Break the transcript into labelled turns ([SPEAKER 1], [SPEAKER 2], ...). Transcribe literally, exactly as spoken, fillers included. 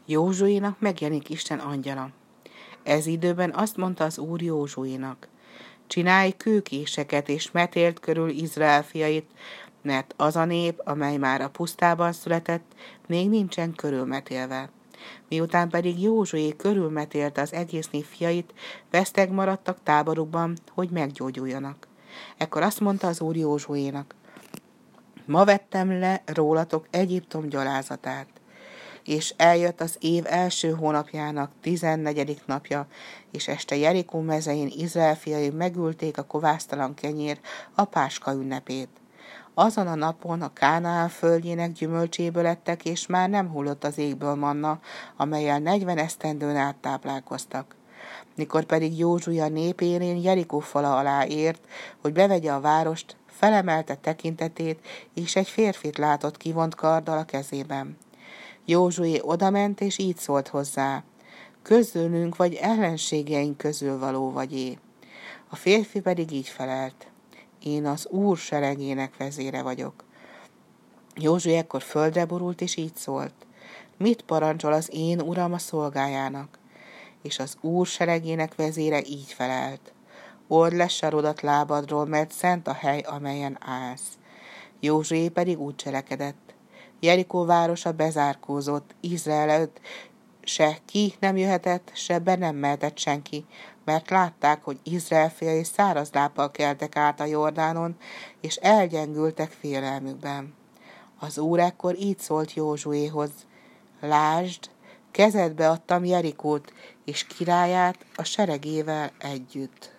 [SPEAKER 1] Józsuénak megjelenik Isten angyala. Ez időben azt mondta az Úr Józsuénak: csinálj kőkéseket és metéld körül Izrael fiait, mert az a nép, amely már a pusztában született, még nincsen körülmetélve. Miután pedig Józsué körülmetélte az egész nép fiait, veszteg maradtak táborukban, hogy meggyógyuljanak. Ekkor azt mondta az Úr Józsuénak: ma vettem le rólatok Egyiptom gyalázatát. És eljött az év első hónapjának tizennegyedik napja, és este Jerikó mezein Izrael fiai megülték a kovásztalan kenyér, a Páska ünnepét. Azon a napon a Kánaán földjének gyümölcséből ettek, és már nem hullott az égből manna, amellyel negyven esztendőn át táplálkoztak. Mikor pedig Józsui a népérén Jerikó fala alá ért, hogy bevegye a várost, felemelte tekintetét, és egy férfit látott kivont karddal a kezében. Józsué odament, és így szólt hozzá: közülünk vagy ellenségeink közül való vagy-é? A férfi pedig így felelt: én az Úr seregének vezére vagyok. Józsué ekkor földre borult, és így szólt: mit parancsol az én uram a szolgájának? És az Úr seregének vezére így felelt: old le sarodat lábadról, mert szent a hely, amelyen állsz. Józsué pedig úgy cselekedett. Jerikó városa bezárkózott, Izrael előtt se ki nem jöhetett, se be nem mehetett senki, mert látták, hogy Izrael fiai száraz lábbal keltek át a Jordánon, és elgyengültek félelmükben. Az Úr ekkor így szólt Józsuéhoz: lásd, kezedbe adtam Jerikót, és királyát a seregével együtt.